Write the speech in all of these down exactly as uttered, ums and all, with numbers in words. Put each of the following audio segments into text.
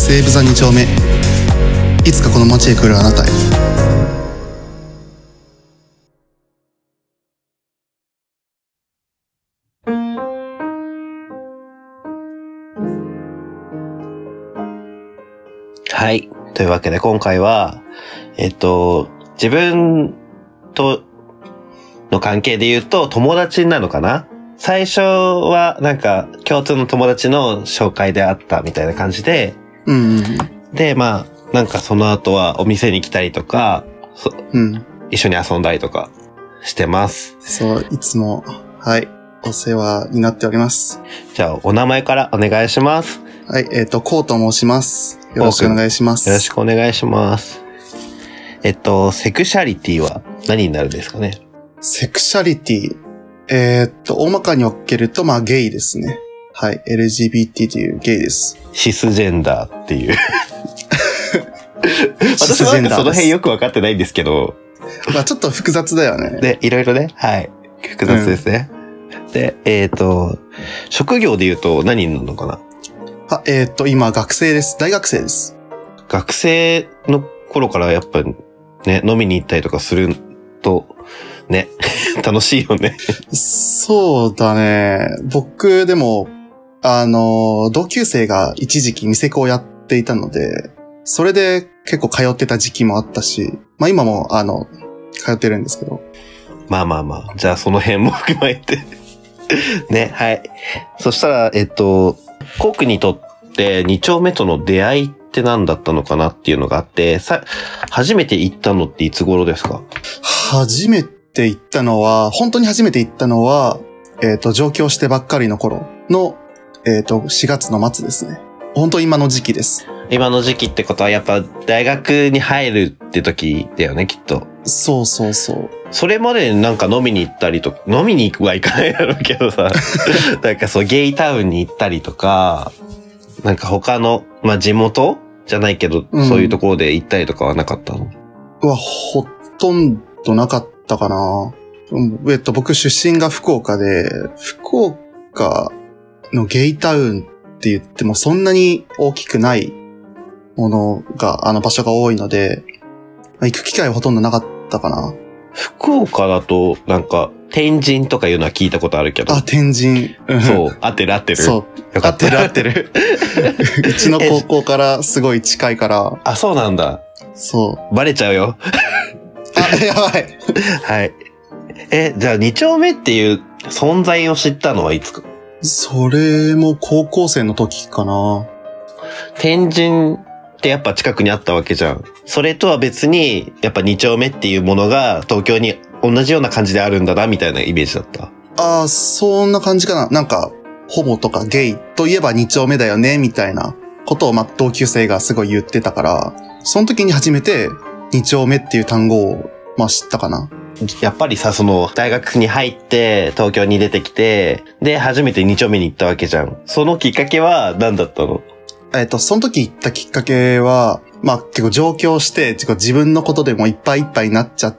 西武座に丁目、いつかこの街へ来るあなたへ。 はい。というわけで今回は、えっと、自分との関係で言うと友達なのかな？最初はなんか共通の友達の紹介であったみたいな感じで、 うんうん、 で、まあ、なんかその後はお店に来たりとか、 うん、 一緒に遊んだりとかしてます。 そう、いつも、はい、お世話になっております。 じゃあ、お名前からお願いします。 はい、えっと、コウと申します。よろしくお願いします。 よろしくお願いします。えっと、セクシャリティは何になるんですかね？ セクシャリティ、えー、っと、大まかに分けると、まあ、ゲイですね。はい、エルジービーティー というゲイです。 シスジェンダーっていう。私はなんかその辺よく分かってないんですけど。 まあちょっと複雑だよね。 で、いろいろね。はい。複雑ですね。うん、で、えっと、職業で言うと何になるのかな？ あ、えっと、今学生です。大学生です。 学生の頃からやっぱね、飲みに行ったりとかすると、ね、楽しいよね。 そうだね。僕でも、あの、同級生が一時期店子をやっていたので、それで結構通ってた時期もあったし、まあ今もあの、通ってるんですけど。 まあまあまあ、じゃあその辺も含めて。ね、はい。そしたら、えっと、コウ君にとって二丁目との出会いって何だったのかなっていうのがあって、さ、初めて行ったのっていつ頃ですか？ 初めて行ったのは、本当に初めて行ったのは、えっと、上京してばっかりの頃の、えっと、しがつの末ですね。本当今の時期です。 今の時期ってことはやっぱ大学に入るって時だよね、きっと。 そうそうそう。 それまでなんか飲みに行ったりとか、飲みに行くはいかないだろうけどさ、なんかそうゲイタウンに行ったりとか、なんか他の、まあ地元じゃないけど、うん、そういうところで行ったりとかはなかったの？ うわ、ほとんどなかったかな。えっと、僕出身が福岡で、福岡のゲイタウンって言ってもそんなに大きくないものが、あの場所が多いので、まあ、行く機会はほとんどなかったかな。 福岡だと、なんか、天神とかいうのは聞いたことあるけど。 あ、天神。 うん、そう、合ってる合ってる。 そう。 よかった。 合ってる合ってる。うちの高校からすごい近いから。 あ、そうなんだ。 そう。 バレちゃうよ。 あ、やばい。 はい。え、じゃあ二丁目っていう存在を知ったのはいつか？ それも高校生の時かな。 天神ってやっぱ近くにあったわけじゃん。それとは別に、やっぱ二丁目っていうものが東京に同じような感じであるんだな、みたいなイメージだった。 ああ、そんな感じかな。なんか、ホモとかゲイといえば二丁目だよね、みたいなことを、ま、同級生がすごい言ってたから、その時に初めて二丁目っていう単語を、まあ、知ったかな。 やっぱりさ、その、大学に入って、東京に出てきて、で、初めて二丁目に行ったわけじゃん。そのきっかけは何だったの？ えっと、その時行ったきっかけは、まあ、結構上京して、結構自分のことでもいっぱいいっぱいになっちゃって、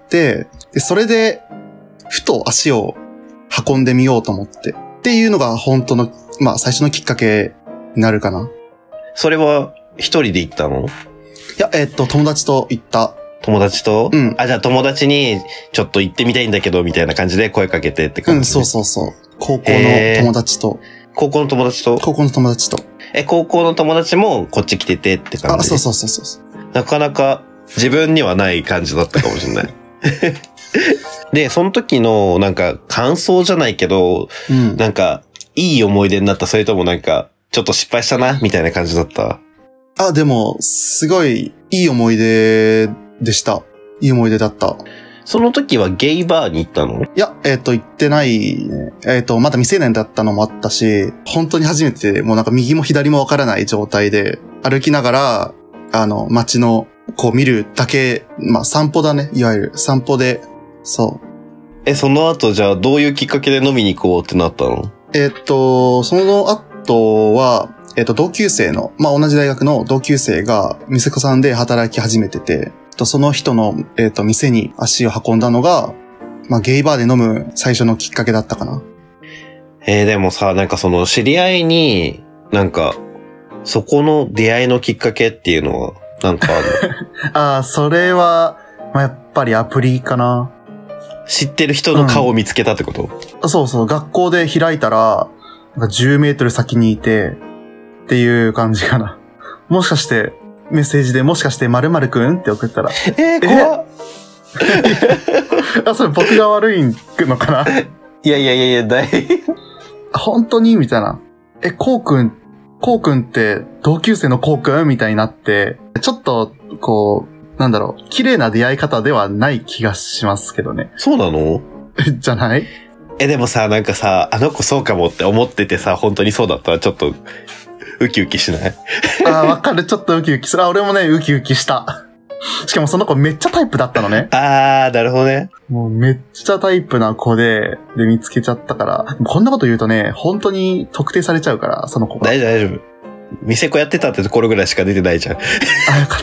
で、それで、ふと足を運んでみようと思って。っていうのが本当の、まあ、最初のきっかけになるかな。 それは、一人で行ったの？ いや、えっと、友達と行った。 友達と？ うん。 あ、じゃあ友達に、ちょっと行ってみたいんだけど、みたいな感じで声かけてって感じ、ね。 うん、そうそうそう。高校の友達と。 高校の友達と？ 高校の友達と。 え、高校の友達もこっち来ててって感じ？ あ、そうそうそうそう。 なかなか自分にはない感じだったかもしれない。で、その時のなんか感想じゃないけど、うん、なんかいい思い出になった？それともなんかちょっと失敗したなみたいな感じだった？ あ、でも、すごいいい思い出でした。いい思い出だった。 その時はゲイバーに行ったの？ いや、えっと、行ってないね。えっと、まだ未成年だったのもあったし、本当に初めて、もうなんか右も左もわからない状態で、歩きながら、あの、街の、こう見るだけ、まあ散歩だね。いわゆる散歩で、そう。 え、その後じゃあどういうきっかけで飲みに行こうってなったの？ えっと、その後は、えっと、同級生の、まあ同じ大学の同級生が、店子さんで働き始めてて、その人の、えっと、店に足を運んだのが、まあ、ゲイバーで飲む最初のきっかけだったかな。 えー、でもさ、なんかその知り合いに、なんか、 そこの出会いのきっかけっていうのは、なんかあるああ、それは、まあ、やっぱりアプリかな。 知ってる人の顔を見つけたってこと、 うん、そうそう、学校で開いたら、なんかじゅうメートル先にいて、っていう感じかな。もしかして、メッセージでもしかして〇〇くんって送ったら。 えー、怖っ。 あ、それ僕が悪いのかな。 いやいやいやいや、だい本当にみたいな。え、こうくん、こうくんって同級生のこうくんみたいになって、ちょっと、こう、なんだろう、綺麗な出会い方ではない気がしますけどね。 そうなの？ じゃない？ え、でもさ、なんかさ、あの子そうかもって思っててさ、本当にそうだったらちょっと、ウキウキしない？ ああ、わかる。ちょっとウキウキする。あ、俺もね、ウキウキした。しかもその子めっちゃタイプだったのね。 あー、なるほどね。 もうめっちゃタイプな子で、で見つけちゃったから、こんなこと言うとね、本当に特定されちゃうから、その子が。 大丈夫大丈夫。店子やってたってところぐらいしか出てないじゃん。 あ、よかった。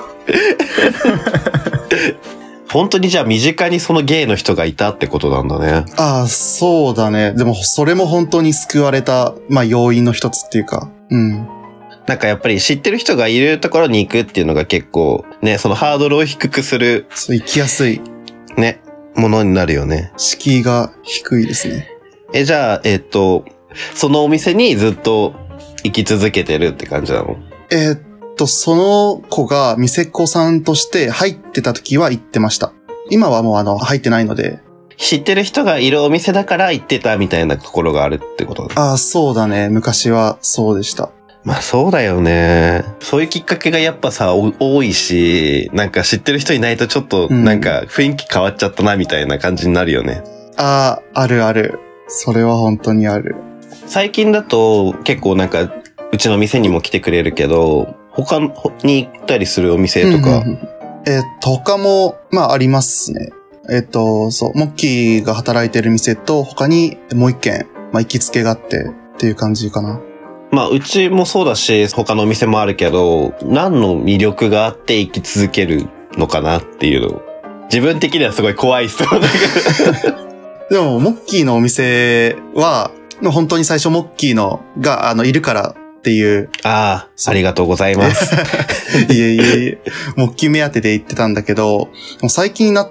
本当にじゃあ身近にそのゲイの人がいたってことなんだね。 ああ、そうだね。でもそれも本当に救われた、まあ要因の一つっていうか、うん。 なんかやっぱり知ってる人がいるところに行くっていうのが結構ね、そのハードルを低くする。 そう、行きやすい。 ね、ものになるよね。 敷居が低いですね。 え、じゃあ、えっと、そのお店にずっと行き続けてるって感じなの？ えー、っと、その子が店子さんとして入ってた時は行ってました。今はもうあの、入ってないので。 知ってる人がいるお店だから行ってたみたいなところがあるってことだ。 ああ、そうだね。昔はそうでした。 まあそうだよね。そういうきっかけがやっぱさ、多いし、なんか知ってる人いないとちょっとなんか雰囲気変わっちゃったなみたいな感じになるよね。 うん、ああ、あるある。それは本当にある。 最近だと結構なんか、うちの店にも来てくれるけど、他に行ったりするお店とか。 うんうんうん、えっと、他も、まあありますね。えっと、そう、モッキーが働いてる店と他にもう一軒、まあ行きつけがあってっていう感じかな。 まあ、うちもそうだし、他のお店もあるけど、何の魅力があって生き続けるのかなっていうの。自分的にはすごい怖い質問だけど。 でも、モッキーのお店は、本当に最初モッキーのが、あの、いるからっていう。 ああ、ありがとうございます。 いえいえいえ、モッキー目当てで行ってたんだけど、もう最近になって、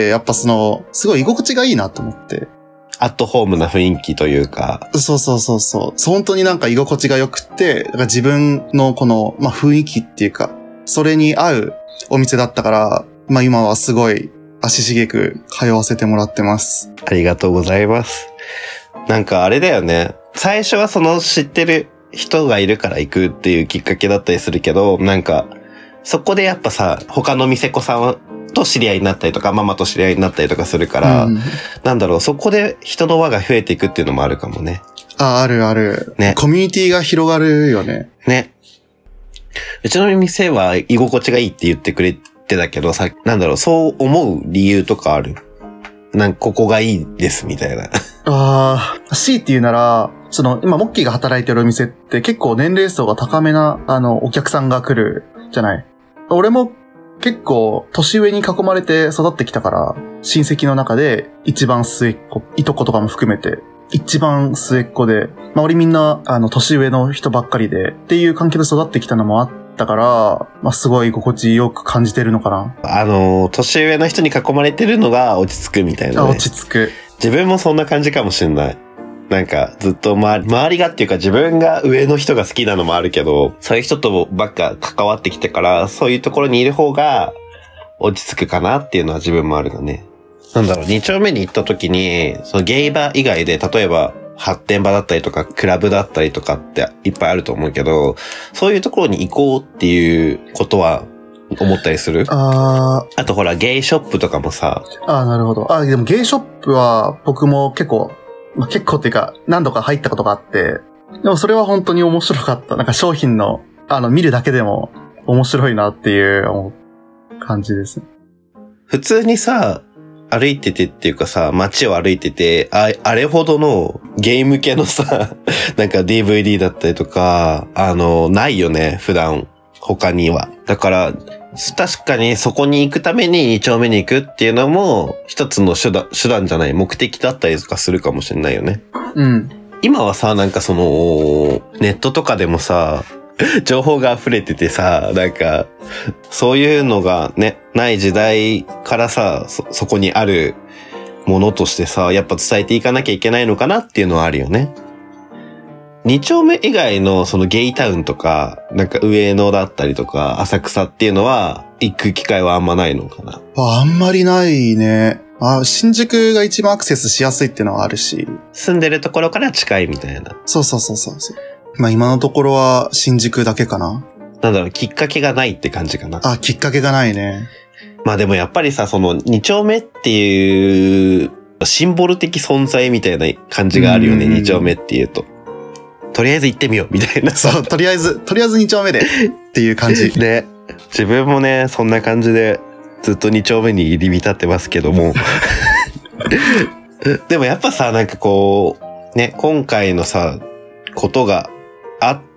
やっぱその、すごい居心地がいいなと思って。 アットホームな雰囲気というか。 そうそうそうそう。本当になんか居心地が良くて、だから自分のこの、まあ、雰囲気っていうか、それに合うお店だったから、まあ今はすごい足しげく通わせてもらってます。 ありがとうございます。なんかあれだよね。最初はその知ってる人がいるから行くっていうきっかけだったりするけど、なんか、そこでやっぱさ、他の店子さんと知り合いになったりとか、ママと知り合いになったりとかするから、うん、なんだろう、そこで人の輪が増えていくっていうのもあるかもね。 あ、あるある。 ね。 コミュニティが広がるよね。 ね。うちの店は居心地がいいって言ってくれてたけどさ、なんだろう、そう思う理由とかある？なんかここがいいですみたいな。 ああ、C って言うなら、その、今、モッキーが働いてるお店って結構年齢層が高めな、あの、お客さんが来るじゃない。俺も結構年上に囲まれて育ってきたから、親戚の中で一番末っ子、いとことかも含めて、一番末っ子で、周りみんな、あの、年上の人ばっかりで、っていう環境で育ってきたのもあったから、まあ、すごい居心地よく感じてるのかな。 あの、年上の人に囲まれてるのが落ち着くみたいな、ね。 落ち着く。 自分もそんな感じかもしれない。なんか、ずっと周り、周りがっていうか自分が上の人が好きなのもあるけど、そういう人とばっか関わってきてから、そういうところにいる方が落ち着くかなっていうのは自分もあるよね。なんだろう、二丁目に行った時に、そのゲイバー以外で、例えば発展場だったりとか、クラブだったりとかっていっぱいあると思うけど、そういうところに行こうっていうことは思ったりする？ ああとほら、ゲイショップとかもさ。 ああ、なるほど。あ、でもゲイショップは僕も結構、まあ、結構っていうか何度か入ったことがあって、でもそれは本当に面白かった。なんか商品の、あの、見るだけでも面白いなっていう感じですね。 普通にさ、歩いててっていうかさ、街を歩いてて、あ、あれほどのゲーム系のさ、なんか ディーブイディー だったりとか、あの、ないよね、普段、他には。だから、確かにそこに行くために二丁目に行くっていうのも、一つの手段、手段じゃない、目的だったりとかするかもしれないよね。 うん。 今はさ、なんかその、ネットとかでもさ、 情報が溢れててさ、なんか、そういうのがね、ない時代からさ、そ、そこにあるものとしてさ、やっぱ伝えていかなきゃいけないのかなっていうのはあるよね。二丁目以外のそのゲイタウンとか、なんか上野だったりとか、浅草っていうのは、行く機会はあんまないのかな。 あんまりないね。あ、新宿が一番アクセスしやすいっていうのはあるし。 住んでるところから近いみたいな。 そうそうそうそうそう。まあ今のところは新宿だけかな。 なんだろう、きっかけがないって感じかな。 あ、きっかけがないね。 まあでもやっぱりさ、その二丁目っていうシンボル的存在みたいな感じがあるよね、二丁目っていうと。とりあえず行ってみようみたいな。 そう、とりあえず、とりあえず二丁目でっていう感じ。 ね。自分もね、そんな感じでずっと二丁目に入り浸ってますけども。でもやっぱさ、なんかこう、ね、今回のさ、ことがあって、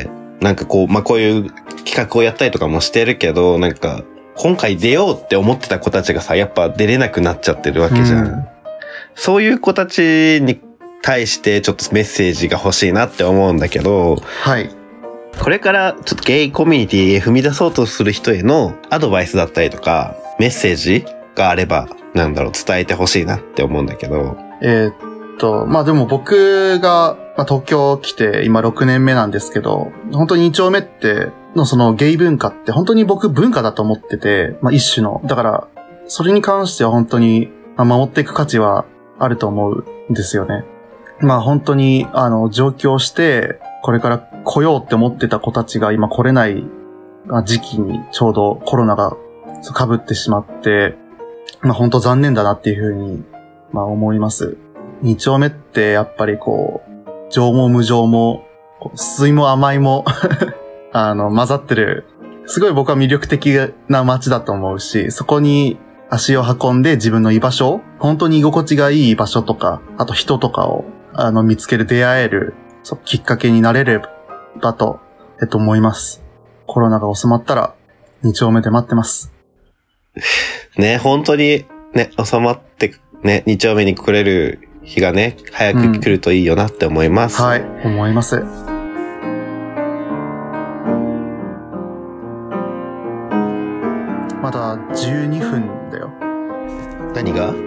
なんかこう、まあ、こういう企画をやったりとかもしてるけど、なんか、今回出ようって思ってた子たちがさ、やっぱ出れなくなっちゃってるわけじゃん。うん、そういう子たちに対してちょっとメッセージが欲しいなって思うんだけど、 はい。 これからちょっとゲイコミュニティへ踏み出そうとする人へのアドバイスだったりとか、メッセージがあれば、なんだろう、伝えて欲しいなって思うんだけど。 えー、っと、まあ、でも僕が、まあ、東京来て今ろくねんめなんですけど、本当に二丁目ってのそのゲイ文化って本当に僕文化だと思ってて、まあ、一種の。だから、それに関しては本当に守っていく価値はあると思うんですよね。まあ本当に、あの、上京して、これから来ようって思ってた子たちが今来れない時期にちょうどコロナが被ってしまって、まあ本当残念だなっていうふうに、まあ思います。二丁目ってやっぱりこう、情も無情も、酸いも甘いも、あの、混ざってる、すごい僕は魅力的な街だと思うし、そこに足を運んで自分の居場所、本当に居心地がいい居場所とか、あと人とかを、あの、見つける、出会える、そう、きっかけになれればと、えっと思います。コロナが収まったら、二丁目で待ってます。 ね、本当に、ね、収まって、ね、二丁目に来れる日がね、早く来るといいよなって思います。 うん、はい、思います。まだじゅうにふんだよ。 何が？